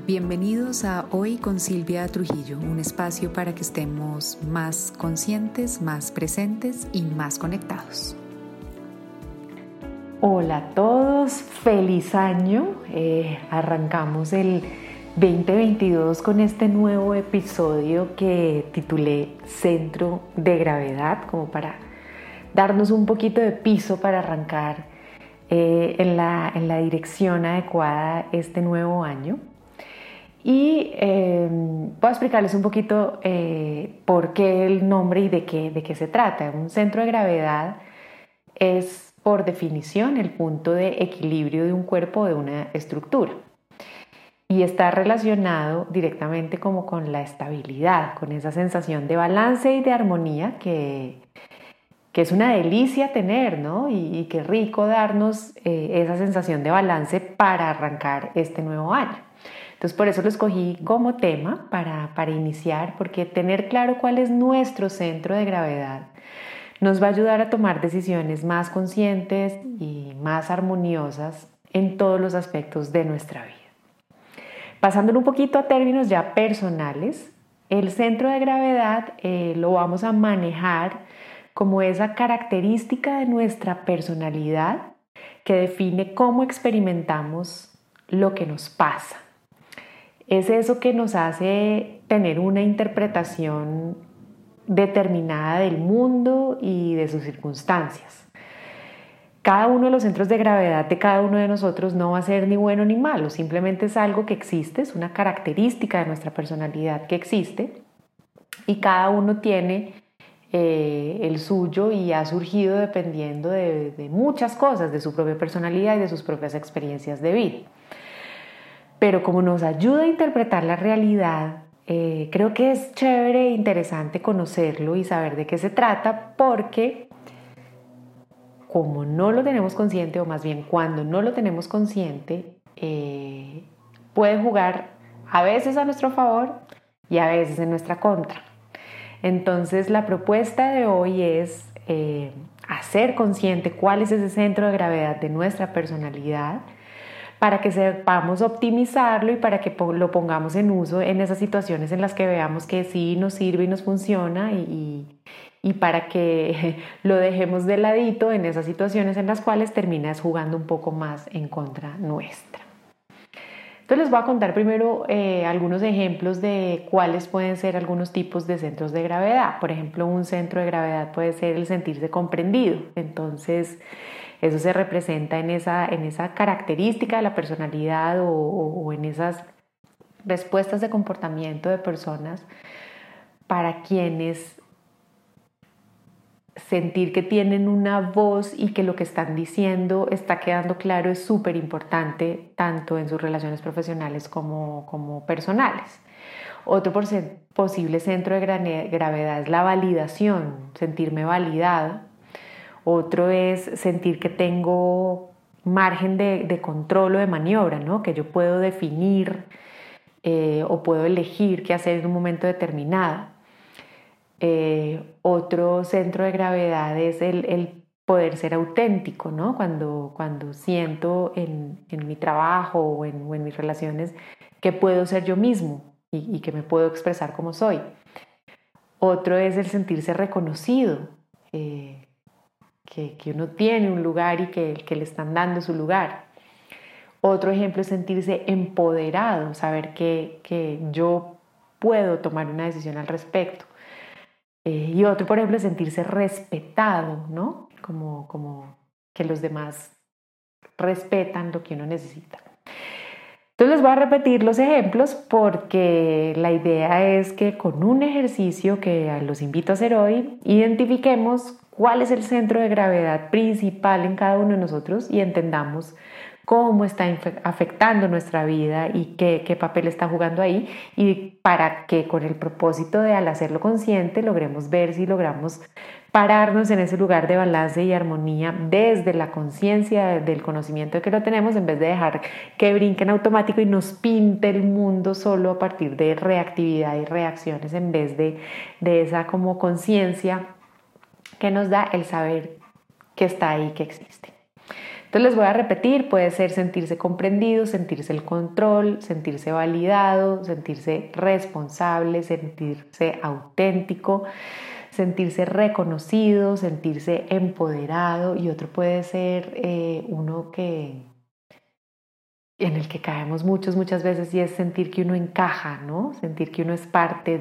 Bienvenidos a Hoy con Silvia Trujillo, un espacio para que estemos más conscientes, más presentes y más conectados. Hola a todos, feliz año. Arrancamos el 2022 con este nuevo episodio que titulé Centro de Gravedad, como para darnos un poquito de piso para arrancar en la dirección adecuada este nuevo año. Y voy a explicarles un poquito por qué el nombre y de qué se trata. Un centro de gravedad es, por definición, el punto de equilibrio de un cuerpo o de una estructura. Y está relacionado directamente como con la estabilidad, con esa sensación de balance y de armonía que es una delicia tener, ¿no? Y qué rico darnos esa sensación de balance para arrancar este nuevo año. Entonces por eso lo escogí como tema para iniciar, porque tener claro cuál es nuestro centro de gravedad nos va a ayudar a tomar decisiones más conscientes y más armoniosas en todos los aspectos de nuestra vida. Pasándolo un poquito a términos ya personales, el centro de gravedad lo vamos a manejar como esa característica de nuestra personalidad que define cómo experimentamos lo que nos pasa. Es eso que nos hace tener una interpretación determinada del mundo y de sus circunstancias. Cada uno de los centros de gravedad de cada uno de nosotros no va a ser ni bueno ni malo, simplemente es algo que existe, es una característica de nuestra personalidad que existe y cada uno tiene el suyo y ha surgido dependiendo de muchas cosas, de su propia personalidad y de sus propias experiencias de vida. Pero como nos ayuda a interpretar la realidad, creo que es chévere e interesante conocerlo y saber de qué se trata, porque como no lo tenemos consciente, o más bien cuando no lo tenemos consciente, puede jugar a veces a nuestro favor y a veces en nuestra contra. Entonces la propuesta de hoy es hacer consciente cuál es ese centro de gravedad de nuestra personalidad, para que sepamos optimizarlo y para que lo pongamos en uso en esas situaciones en las que veamos que sí nos sirve y nos funciona y para que lo dejemos de ladito en esas situaciones en las cuales terminas jugando un poco más en contra nuestra. Entonces les voy a contar primero algunos ejemplos de cuáles pueden ser algunos tipos de centros de gravedad. Por ejemplo, un centro de gravedad puede ser el sentirse comprendido. Entonces, eso se representa en esa característica de la personalidad o en esas respuestas de comportamiento de personas para quienes sentir que tienen una voz y que lo que están diciendo está quedando claro es súper importante tanto en sus relaciones profesionales como personales. Otro posible centro de gravedad es la validación, sentirme validado. Otro es sentir que tengo margen de control o de maniobra, ¿no? Que yo puedo definir o puedo elegir qué hacer en un momento determinado. Otro centro de gravedad es el poder ser auténtico, ¿no? Cuando siento en mi trabajo o en mis relaciones que puedo ser yo mismo y que me puedo expresar como soy. Otro es el sentirse reconocido, que uno tiene un lugar y que le están dando su lugar. Otro ejemplo es sentirse empoderado, saber que yo puedo tomar una decisión al respecto. Y otro, por ejemplo, es sentirse respetado, ¿no? Como que los demás respetan lo que uno necesita. Entonces les voy a repetir los ejemplos porque la idea es que con un ejercicio que los invito a hacer hoy, identifiquemos cuál es el centro de gravedad principal en cada uno de nosotros y entendamos cómo está afectando nuestra vida y qué papel está jugando ahí, y para que con el propósito de, al hacerlo consciente, logremos ver si logramos pararnos en ese lugar de balance y armonía desde la conciencia del conocimiento de que lo tenemos, en vez de dejar que brinque en automático y nos pinte el mundo solo a partir de reactividad y reacciones, en vez de esa como conciencia que nos da el saber que está ahí, que existe. Entonces les voy a repetir, puede ser sentirse comprendido, sentirse el control, sentirse validado, sentirse responsable, sentirse auténtico, sentirse reconocido, sentirse empoderado, y otro puede ser uno en el que caemos muchas veces, y es sentir que uno encaja, ¿no? Sentir que uno es parte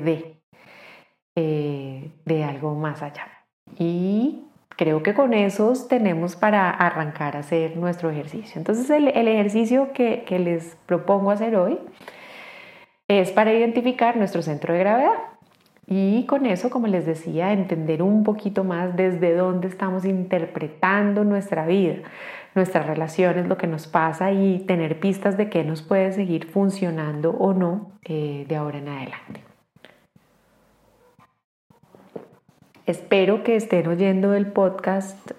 de algo más allá. Y creo que con esos tenemos para arrancar a hacer nuestro ejercicio. Entonces el ejercicio que les propongo hacer hoy es para identificar nuestro centro de gravedad. Y con eso, como les decía, entender un poquito más desde dónde estamos interpretando nuestra vida, nuestras relaciones, lo que nos pasa, y tener pistas de qué nos puede seguir funcionando o no de ahora en adelante. Espero que estén oyendo el podcast.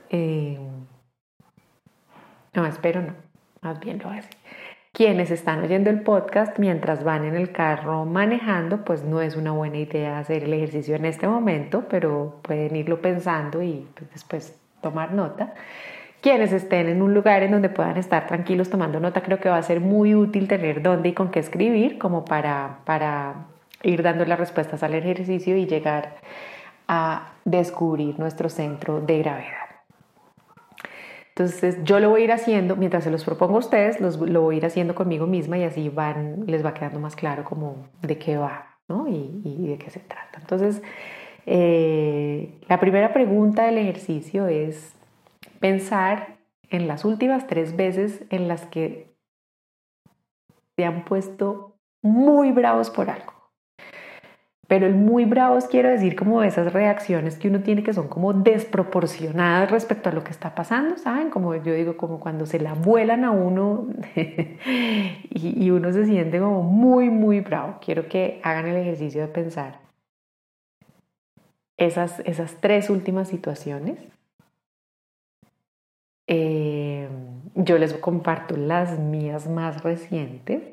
No, espero no, más bien lo voy a decir. Quienes están oyendo el podcast mientras van en el carro manejando, pues no es una buena idea hacer el ejercicio en este momento, pero pueden irlo pensando y pues después tomar nota. Quienes estén en un lugar en donde puedan estar tranquilos tomando nota, creo que va a ser muy útil tener dónde y con qué escribir, como para ir dando las respuestas al ejercicio y llegar a descubrir nuestro centro de gravedad. Entonces yo lo voy a ir haciendo, mientras se los propongo a ustedes, lo voy a ir haciendo conmigo misma, y así les va quedando más claro como de qué va, ¿no? y de qué se trata. Entonces, la primera pregunta del ejercicio es pensar en las últimas 3 veces en las que se han puesto muy bravos por algo. Pero el muy bravos quiero decir como esas reacciones que uno tiene que son como desproporcionadas respecto a lo que está pasando, ¿saben? Como yo digo, como cuando se la vuelan a uno y uno se siente como muy bravo. Quiero que hagan el ejercicio de pensar esas 3 últimas situaciones. Yo les comparto las mías más recientes.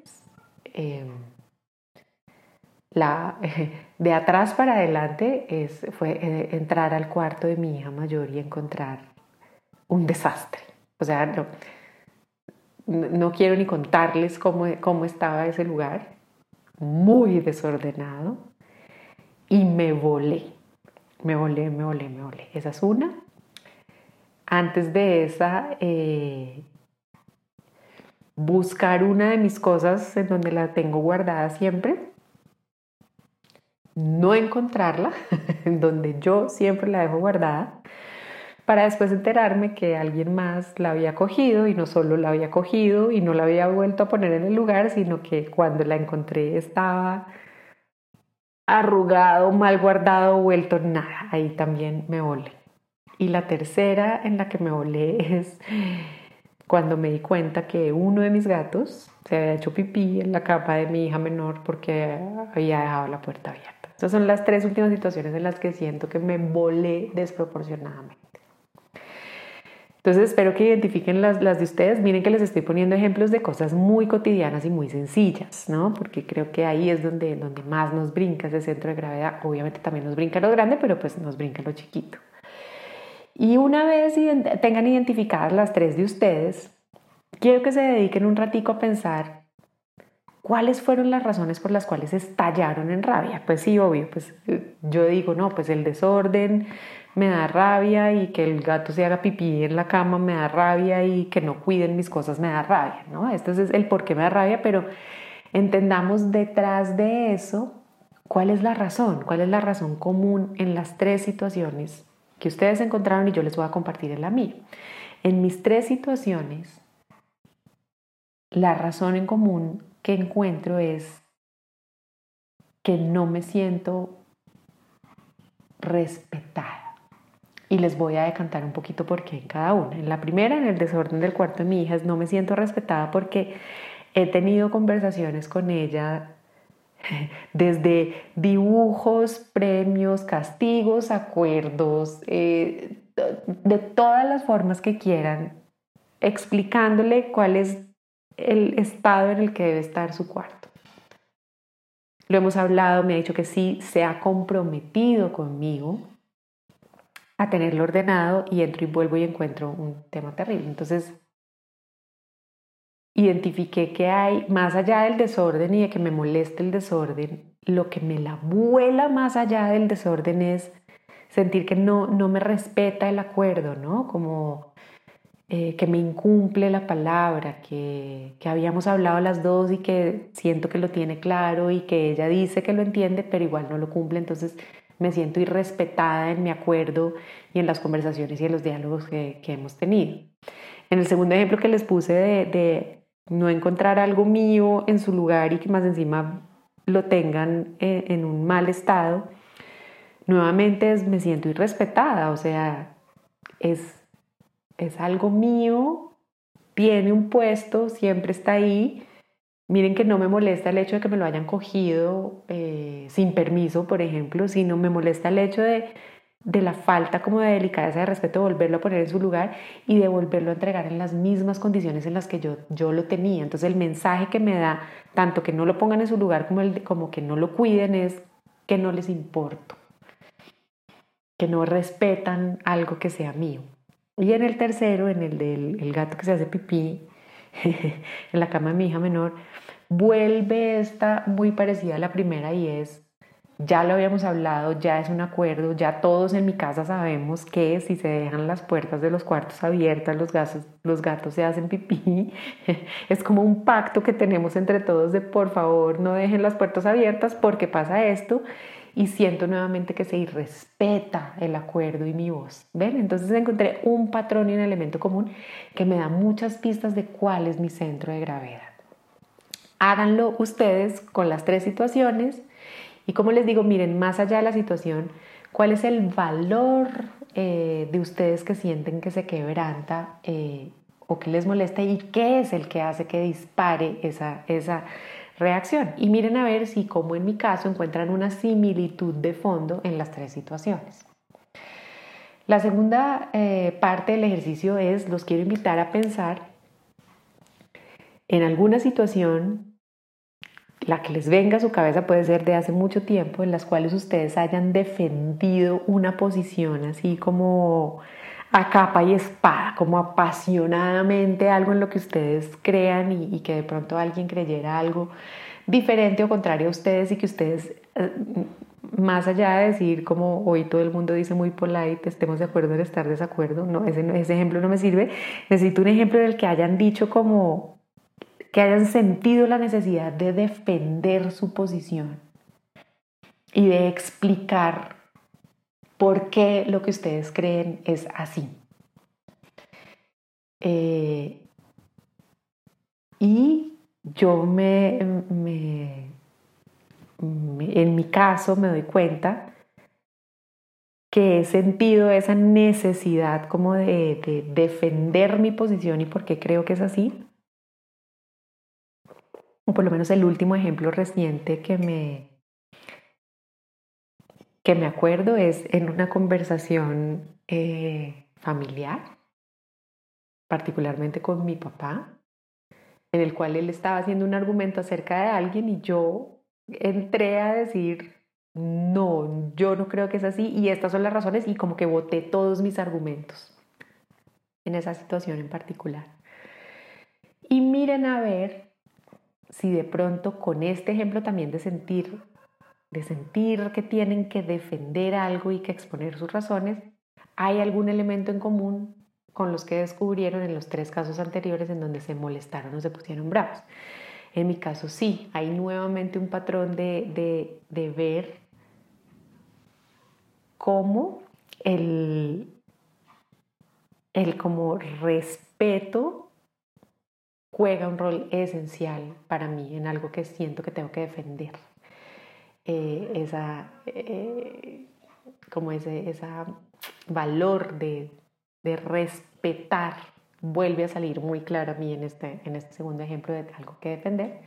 De atrás para adelante fue entrar al cuarto de mi hija mayor y encontrar un desastre. O sea, no quiero ni contarles cómo estaba ese lugar, muy desordenado, y me volé. Esa es una. Antes de esa, buscar una de mis cosas en donde la tengo guardada siempre, no encontrarla, en donde yo siempre la dejo guardada, para después enterarme que alguien más la había cogido, y no solo la había cogido y no la había vuelto a poner en el lugar, sino que cuando la encontré estaba arrugado, mal guardado, vuelto nada. Ahí también me volé. Y la tercera en la que me volé es cuando me di cuenta que uno de mis gatos se había hecho pipí en la cama de mi hija menor porque había dejado la puerta abierta. Estas son las 3 últimas situaciones en las que siento que me volé desproporcionadamente. Entonces espero que identifiquen las de ustedes. Miren que les estoy poniendo ejemplos de cosas muy cotidianas y muy sencillas, ¿no? Porque creo que ahí es donde más nos brinca ese centro de gravedad. Obviamente también nos brinca lo grande, pero pues nos brinca lo chiquito. Y una vez tengan identificadas las 3 de ustedes, quiero que se dediquen un ratico a pensar cuáles fueron las razones por las cuales estallaron en rabia. Pues sí, obvio, pues yo digo, no, pues el desorden me da rabia, y que el gato se haga pipí en la cama me da rabia, y que no cuiden mis cosas me da rabia, ¿no? Este es el por qué me da rabia, pero entendamos detrás de eso cuál es la razón común en las 3 situaciones que ustedes encontraron, y yo les voy a compartir en la mía. En mis 3 situaciones, la razón en común que encuentro es que no me siento respetada. Y les voy a decantar un poquito por qué en cada una. En la primera, en el desorden del cuarto de mi hija, no me siento respetada porque he tenido conversaciones con ella desde dibujos, premios, castigos, acuerdos, de todas las formas que quieran, explicándole cuál es el estado en el que debe estar su cuarto. Lo hemos hablado, me ha dicho que sí, se ha comprometido conmigo a tenerlo ordenado, y entro y vuelvo y encuentro un tema terrible. Entonces, identifiqué que hay, más allá del desorden y de que me moleste el desorden, lo que me la vuela más allá del desorden es sentir que no me respeta el acuerdo, ¿no? Como que me incumple la palabra, que habíamos hablado las dos y que siento que lo tiene claro y que ella dice que lo entiende, pero igual no lo cumple, entonces me siento irrespetada en mi acuerdo y en las conversaciones y en los diálogos que hemos tenido. En el segundo ejemplo que les puse de no encontrar algo mío en su lugar y que más encima lo tengan en un mal estado, nuevamente me siento irrespetada, o sea, es algo mío, tiene un puesto, siempre está ahí. Miren que no me molesta el hecho de que me lo hayan cogido sin permiso, por ejemplo, sino me molesta el hecho de la falta como de delicadeza, de respeto, de volverlo a poner en su lugar y de volverlo a entregar en las mismas condiciones en las que yo lo tenía. Entonces el mensaje que me da, tanto que no lo pongan en su lugar como que no lo cuiden, es que no les importo, que no respetan algo que sea mío. Y en el tercero, en el del gato que se hace pipí en la cama de mi hija menor, vuelve esta muy parecida a la primera y es, ya lo habíamos hablado, ya es un acuerdo, ya todos en mi casa sabemos que si se dejan las puertas de los cuartos abiertas, los gatos se hacen pipí. Es como un pacto que tenemos entre todos de por favor no dejen las puertas abiertas porque pasa esto. Y siento nuevamente que se irrespeta el acuerdo y mi voz. ¿Ven? Entonces encontré un patrón y un elemento común que me da muchas pistas de cuál es mi centro de gravedad. Háganlo ustedes con las tres situaciones y como les digo, miren más allá de la situación, cuál es el valor de ustedes que sienten que se quebranta o que les molesta y qué es el que hace que dispare esa reacción. Y miren a ver si, como en mi caso, encuentran una similitud de fondo en las tres situaciones. La segunda parte del ejercicio es, los quiero invitar a pensar en alguna situación, la que les venga a su cabeza puede ser de hace mucho tiempo, en las cuales ustedes hayan defendido una posición así como a capa y espada, como apasionadamente algo en lo que ustedes crean y que de pronto alguien creyera algo diferente o contrario a ustedes y que ustedes, más allá de decir como hoy todo el mundo dice muy polite, estemos de acuerdo en estar desacuerdo, no, ese ejemplo no me sirve, necesito un ejemplo en el que hayan dicho como que hayan sentido la necesidad de defender su posición y de explicar por qué lo que ustedes creen es así. Y yo en mi caso me doy cuenta que he sentido esa necesidad como de defender mi posición y por qué creo que es así. O por lo menos el último ejemplo reciente que me acuerdo es en una conversación familiar, particularmente con mi papá, en el cual él estaba haciendo un argumento acerca de alguien y yo entré a decir, no, yo no creo que es así y estas son las razones y como que boté todos mis argumentos en esa situación en particular. Y miren a ver si de pronto con este ejemplo también de sentir que tienen que defender algo y que exponer sus razones, hay algún elemento en común con los que descubrieron en los tres casos anteriores en donde se molestaron o se pusieron bravos. En mi caso sí, hay nuevamente un patrón de ver cómo el como respeto juega un rol esencial para mí en algo que siento que tengo que defender. Como ese valor de respetar vuelve a salir muy claro a mí en este segundo ejemplo de algo que defender.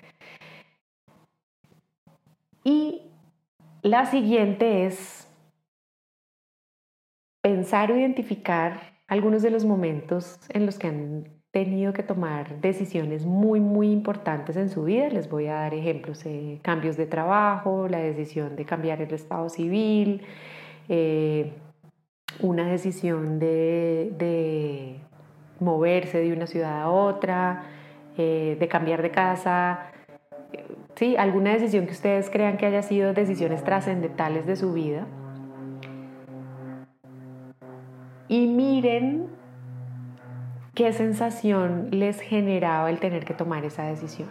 Y la siguiente es pensar o identificar algunos de los momentos en los que han tenido que tomar decisiones muy, muy importantes en su vida. Les voy a dar ejemplos, cambios de trabajo, la decisión de cambiar el estado civil, una decisión de moverse de una ciudad a otra, de cambiar de casa, ¿sí? Alguna decisión que ustedes crean que haya sido decisiones trascendentales de su vida. Y miren qué sensación les generaba el tener que tomar esa decisión.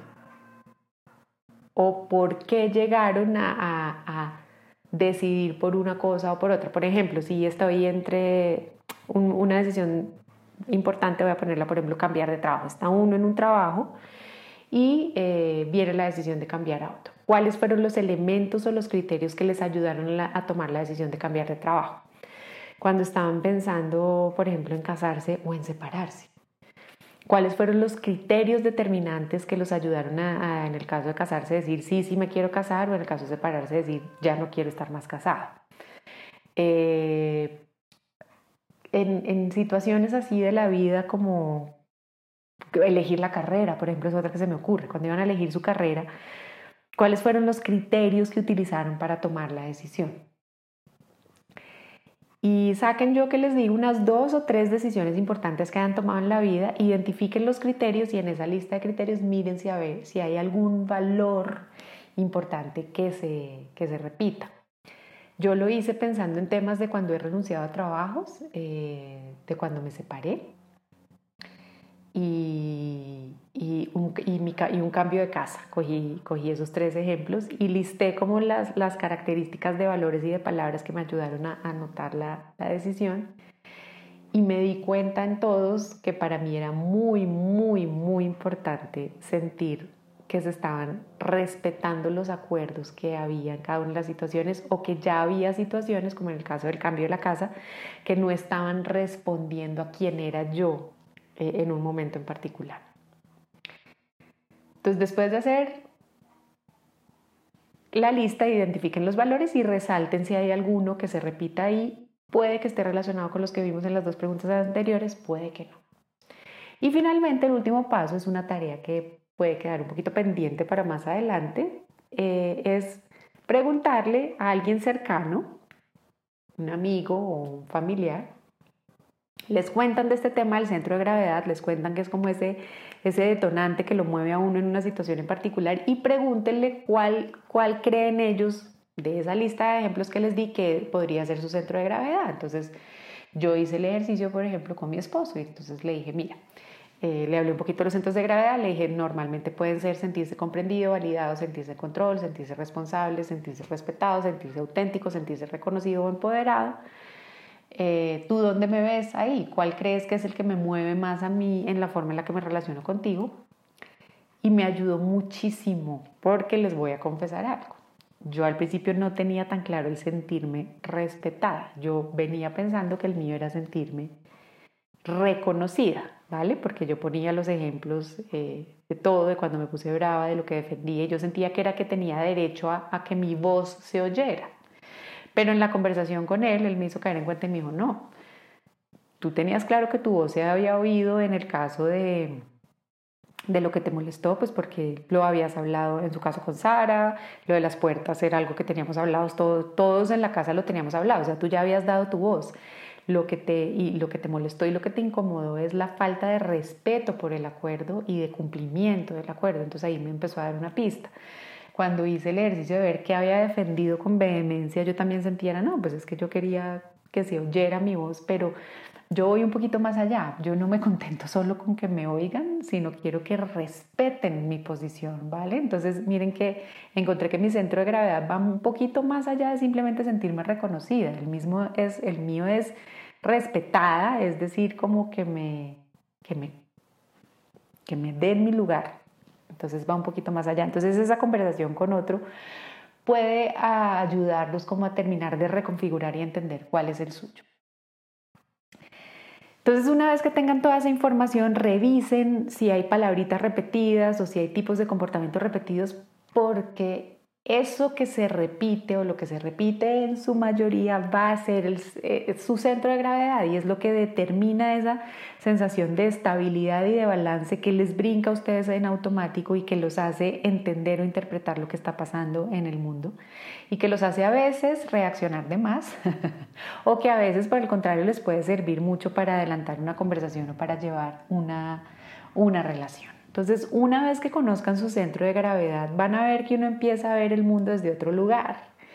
O por qué llegaron a decidir por una cosa o por otra. Por ejemplo, si estoy entre una decisión importante, voy a ponerla, por ejemplo, cambiar de trabajo. Está uno en un trabajo y viene la decisión de cambiar a otro. ¿Cuáles fueron los elementos o los criterios que les ayudaron a tomar la decisión de cambiar de trabajo? Cuando estaban pensando, por ejemplo, en casarse o en separarse. ¿Cuáles fueron los criterios determinantes que los ayudaron en el caso de casarse, decir sí me quiero casar, o en el caso de separarse, decir ya no quiero estar más casado? En situaciones así de la vida, como elegir la carrera, por ejemplo, es otra que se me ocurre. Cuando iban a elegir su carrera, ¿cuáles fueron los criterios que utilizaron para tomar la decisión? Y saquen, yo que les digo, unas 2 o 3 decisiones importantes que han tomado en la vida, identifiquen los criterios y en esa lista de criterios miren si hay algún valor importante que se repita. Yo lo hice pensando en temas de cuando he renunciado a trabajos, de cuando me separé y un cambio de casa. Cogí esos 3 ejemplos y listé como las características de valores y de palabras que me ayudaron a anotar la decisión, y me di cuenta en todos que para mí era muy, muy, muy importante sentir que se estaban respetando los acuerdos que había en cada una de las situaciones, o que ya había situaciones, como en el caso del cambio de la casa, que no estaban respondiendo a quién era yo en un momento en particular. Entonces, después de hacer la lista, identifiquen los valores y resalten si hay alguno que se repita ahí. Puede que esté relacionado con los que vimos en las 2 preguntas anteriores, puede que no. Y finalmente, el último paso es una tarea que puede quedar un poquito pendiente para más adelante. Es preguntarle a alguien cercano, un amigo o un familiar. Les cuentan de este tema del centro de gravedad, les cuentan que es como ese detonante que lo mueve a uno en una situación en particular, y pregúntenle cuál creen ellos de esa lista de ejemplos que les di que podría ser su centro de gravedad. Entonces, yo hice el ejercicio, por ejemplo, con mi esposo, y entonces le dije, mira, le hablé un poquito de los centros de gravedad, le dije, normalmente pueden ser sentirse comprendido, validado, sentirse en control, sentirse responsable, sentirse respetado, sentirse auténtico, sentirse reconocido o empoderado. ¿Tú dónde me ves ahí? ¿Cuál crees que es el que me mueve más a mí en la forma en la que me relaciono contigo? Y me ayudó muchísimo, porque les voy a confesar algo. Yo al principio no tenía tan claro el sentirme respetada. Yo venía pensando que el mío era sentirme reconocida, ¿vale? Porque yo ponía los ejemplos de todo, de cuando me puse brava, de lo que defendía, y yo sentía que era que tenía derecho a que mi voz se oyera. Pero en la conversación con él me hizo caer en cuenta y me dijo, no, tú tenías claro que tu voz se había oído en el caso de lo que te molestó, pues porque lo habías hablado en su caso con Sara, lo de las puertas era algo que teníamos hablado, todos en la casa lo teníamos hablado, o sea, tú ya habías dado tu voz. Lo que te molestó y lo que te incomodó es la falta de respeto por el acuerdo y de cumplimiento del acuerdo. Entonces ahí me empezó a dar una pista. Cuando hice el ejercicio de ver qué había defendido con vehemencia, yo también sentía, no, pues es que yo quería que se oyera mi voz, pero yo voy un poquito más allá. Yo no me contento solo con que me oigan, sino quiero que respeten mi posición, ¿vale? Entonces miren que encontré que mi centro de gravedad va un poquito más allá de simplemente sentirme reconocida. El mío es respetada, es decir, como que me den mi lugar. Entonces va un poquito más allá. Entonces esa conversación con otro puede ayudarlos como a terminar de reconfigurar y entender cuál es el suyo. Entonces, una vez que tengan toda esa información, revisen si hay palabritas repetidas o si hay tipos de comportamientos repetidos, porque eso que se repite o lo que se repite en su mayoría va a ser su centro de gravedad, y es lo que determina esa sensación de estabilidad y de balance que les brinca a ustedes en automático y que los hace entender o interpretar lo que está pasando en el mundo, y que los hace a veces reaccionar de más o que a veces, por el contrario, les puede servir mucho para adelantar una conversación o para llevar una relación. Entonces, una vez que conozcan su centro de gravedad, van a ver que uno empieza a ver el mundo desde otro lugar.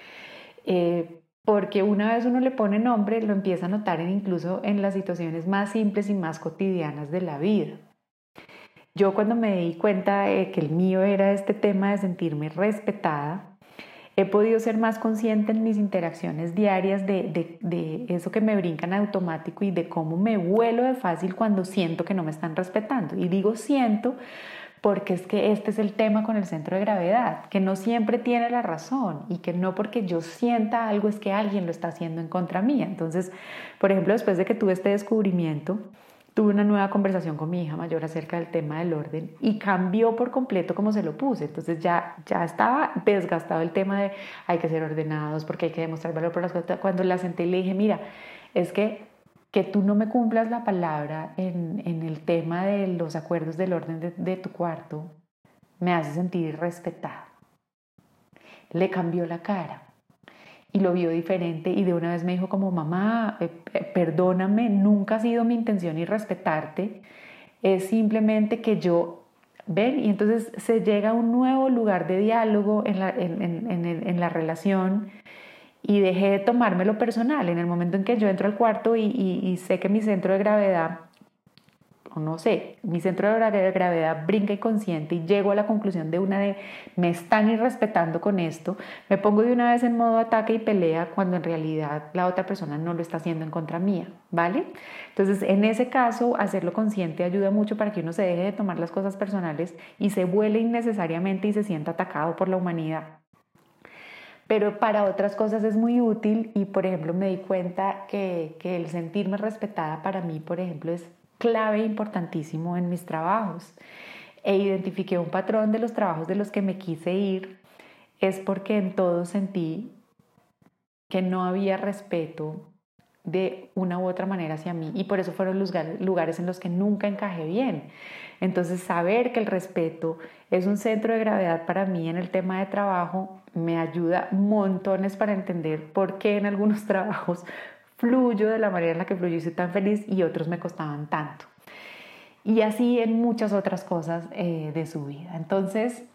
Porque una vez uno le pone nombre, lo empieza a notar incluso en las situaciones más simples y más cotidianas de la vida. Yo cuando me di cuenta de que el mío era este tema de sentirme respetada, he podido ser más consciente en mis interacciones diarias de eso que me brinca en automático y de cómo me vuelo de fácil cuando siento que no me están respetando. Y digo siento porque es que este es el tema con el centro de gravedad, que no siempre tiene la razón y que no porque yo sienta algo es que alguien lo está haciendo en contra mía. Entonces, por ejemplo, después de que tuve este descubrimiento, tuve una nueva conversación con mi hija mayor acerca del tema del orden y cambió por completo como se lo puse. Entonces ya estaba desgastado el tema de hay que ser ordenados porque hay que demostrar valor por las cosas. Cuando la senté y le dije, mira, es que tú no me cumplas la palabra en el tema de los acuerdos del orden de tu cuarto me hace sentir irrespetada. Le cambió la cara. Y lo vio diferente y de una vez me dijo como mamá, perdóname, nunca ha sido mi intención irrespetarte, es simplemente que yo, ven, y entonces se llega a un nuevo lugar de diálogo en la relación y dejé de tomármelo personal. En el momento en que yo entro al cuarto y sé que mi centro de gravedad, o no sé, mi centro de gravedad brinca inconsciente y llego a la conclusión de me están irrespetando con esto, me pongo de una vez en modo ataque y pelea cuando en realidad la otra persona no lo está haciendo en contra mía, ¿vale? Entonces, en ese caso, hacerlo consciente ayuda mucho para que uno se deje de tomar las cosas personales y se vuele innecesariamente y se sienta atacado por la humanidad. Pero para otras cosas es muy útil y, por ejemplo, me di cuenta que el sentirme respetada para mí, por ejemplo, es clave e importantísimo en mis trabajos. E identifiqué un patrón de los trabajos de los que me quise ir, es porque en todos sentí que no había respeto de una u otra manera hacia mí y por eso fueron los lugares en los que nunca encajé bien. Entonces, saber que el respeto es un centro de gravedad para mí en el tema de trabajo me ayuda montones para entender por qué en algunos trabajos fluyo de la manera en la que fluyo y soy tan feliz y otros me costaban tanto. Y así en muchas otras cosas de su vida. Entonces,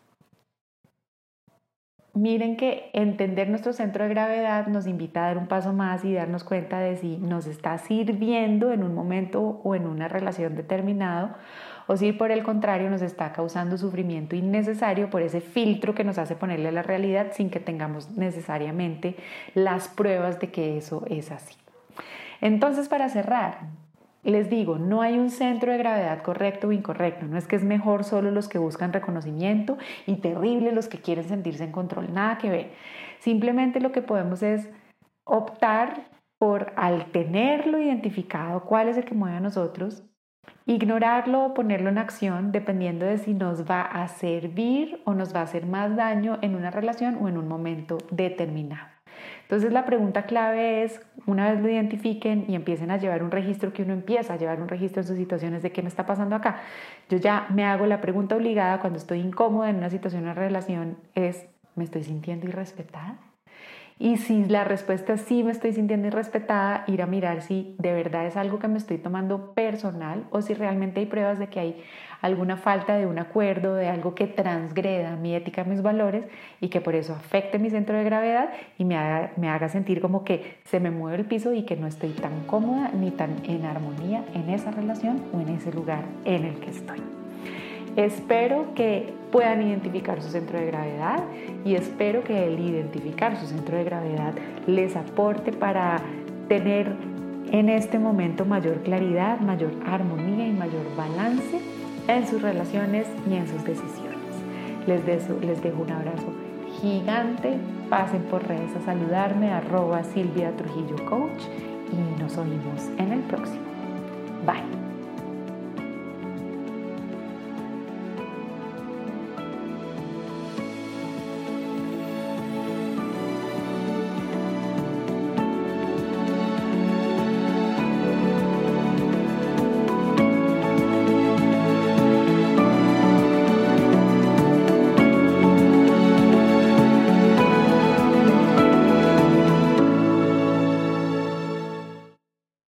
miren que entender nuestro centro de gravedad nos invita a dar un paso más y darnos cuenta de si nos está sirviendo en un momento o en una relación determinado o si por el contrario nos está causando sufrimiento innecesario por ese filtro que nos hace ponerle a la realidad sin que tengamos necesariamente las pruebas de que eso es así. Entonces, para cerrar, les digo, no hay un centro de gravedad correcto o incorrecto. No es que es mejor solo los que buscan reconocimiento y terrible los que quieren sentirse en control. Nada que ver. Simplemente lo que podemos es optar por, al tenerlo identificado, cuál es el que mueve a nosotros, ignorarlo o ponerlo en acción dependiendo de si nos va a servir o nos va a hacer más daño en una relación o en un momento determinado. Entonces la pregunta clave es, una vez lo identifiquen y empiecen a llevar un registro, que uno empieza a llevar un registro en sus situaciones de qué me está pasando acá. Yo ya me hago la pregunta obligada cuando estoy incómoda en una situación, una relación, es, ¿me estoy sintiendo irrespetada? Y si la respuesta es sí, me estoy sintiendo irrespetada, ir a mirar si de verdad es algo que me estoy tomando personal o si realmente hay pruebas de que hay alguna falta de un acuerdo, de algo que transgreda mi ética, mis valores y que por eso afecte mi centro de gravedad y me haga sentir como que se me mueve el piso y que no estoy tan cómoda ni tan en armonía en esa relación o en ese lugar en el que estoy. Espero que puedan identificar su centro de gravedad y espero que el identificar su centro de gravedad les aporte para tener en este momento mayor claridad, mayor armonía y mayor balance en sus relaciones y en sus decisiones. Les dejo un abrazo gigante. Pasen por redes a saludarme, @Silvia Trujillo Coach, y nos oímos en el próximo. Bye.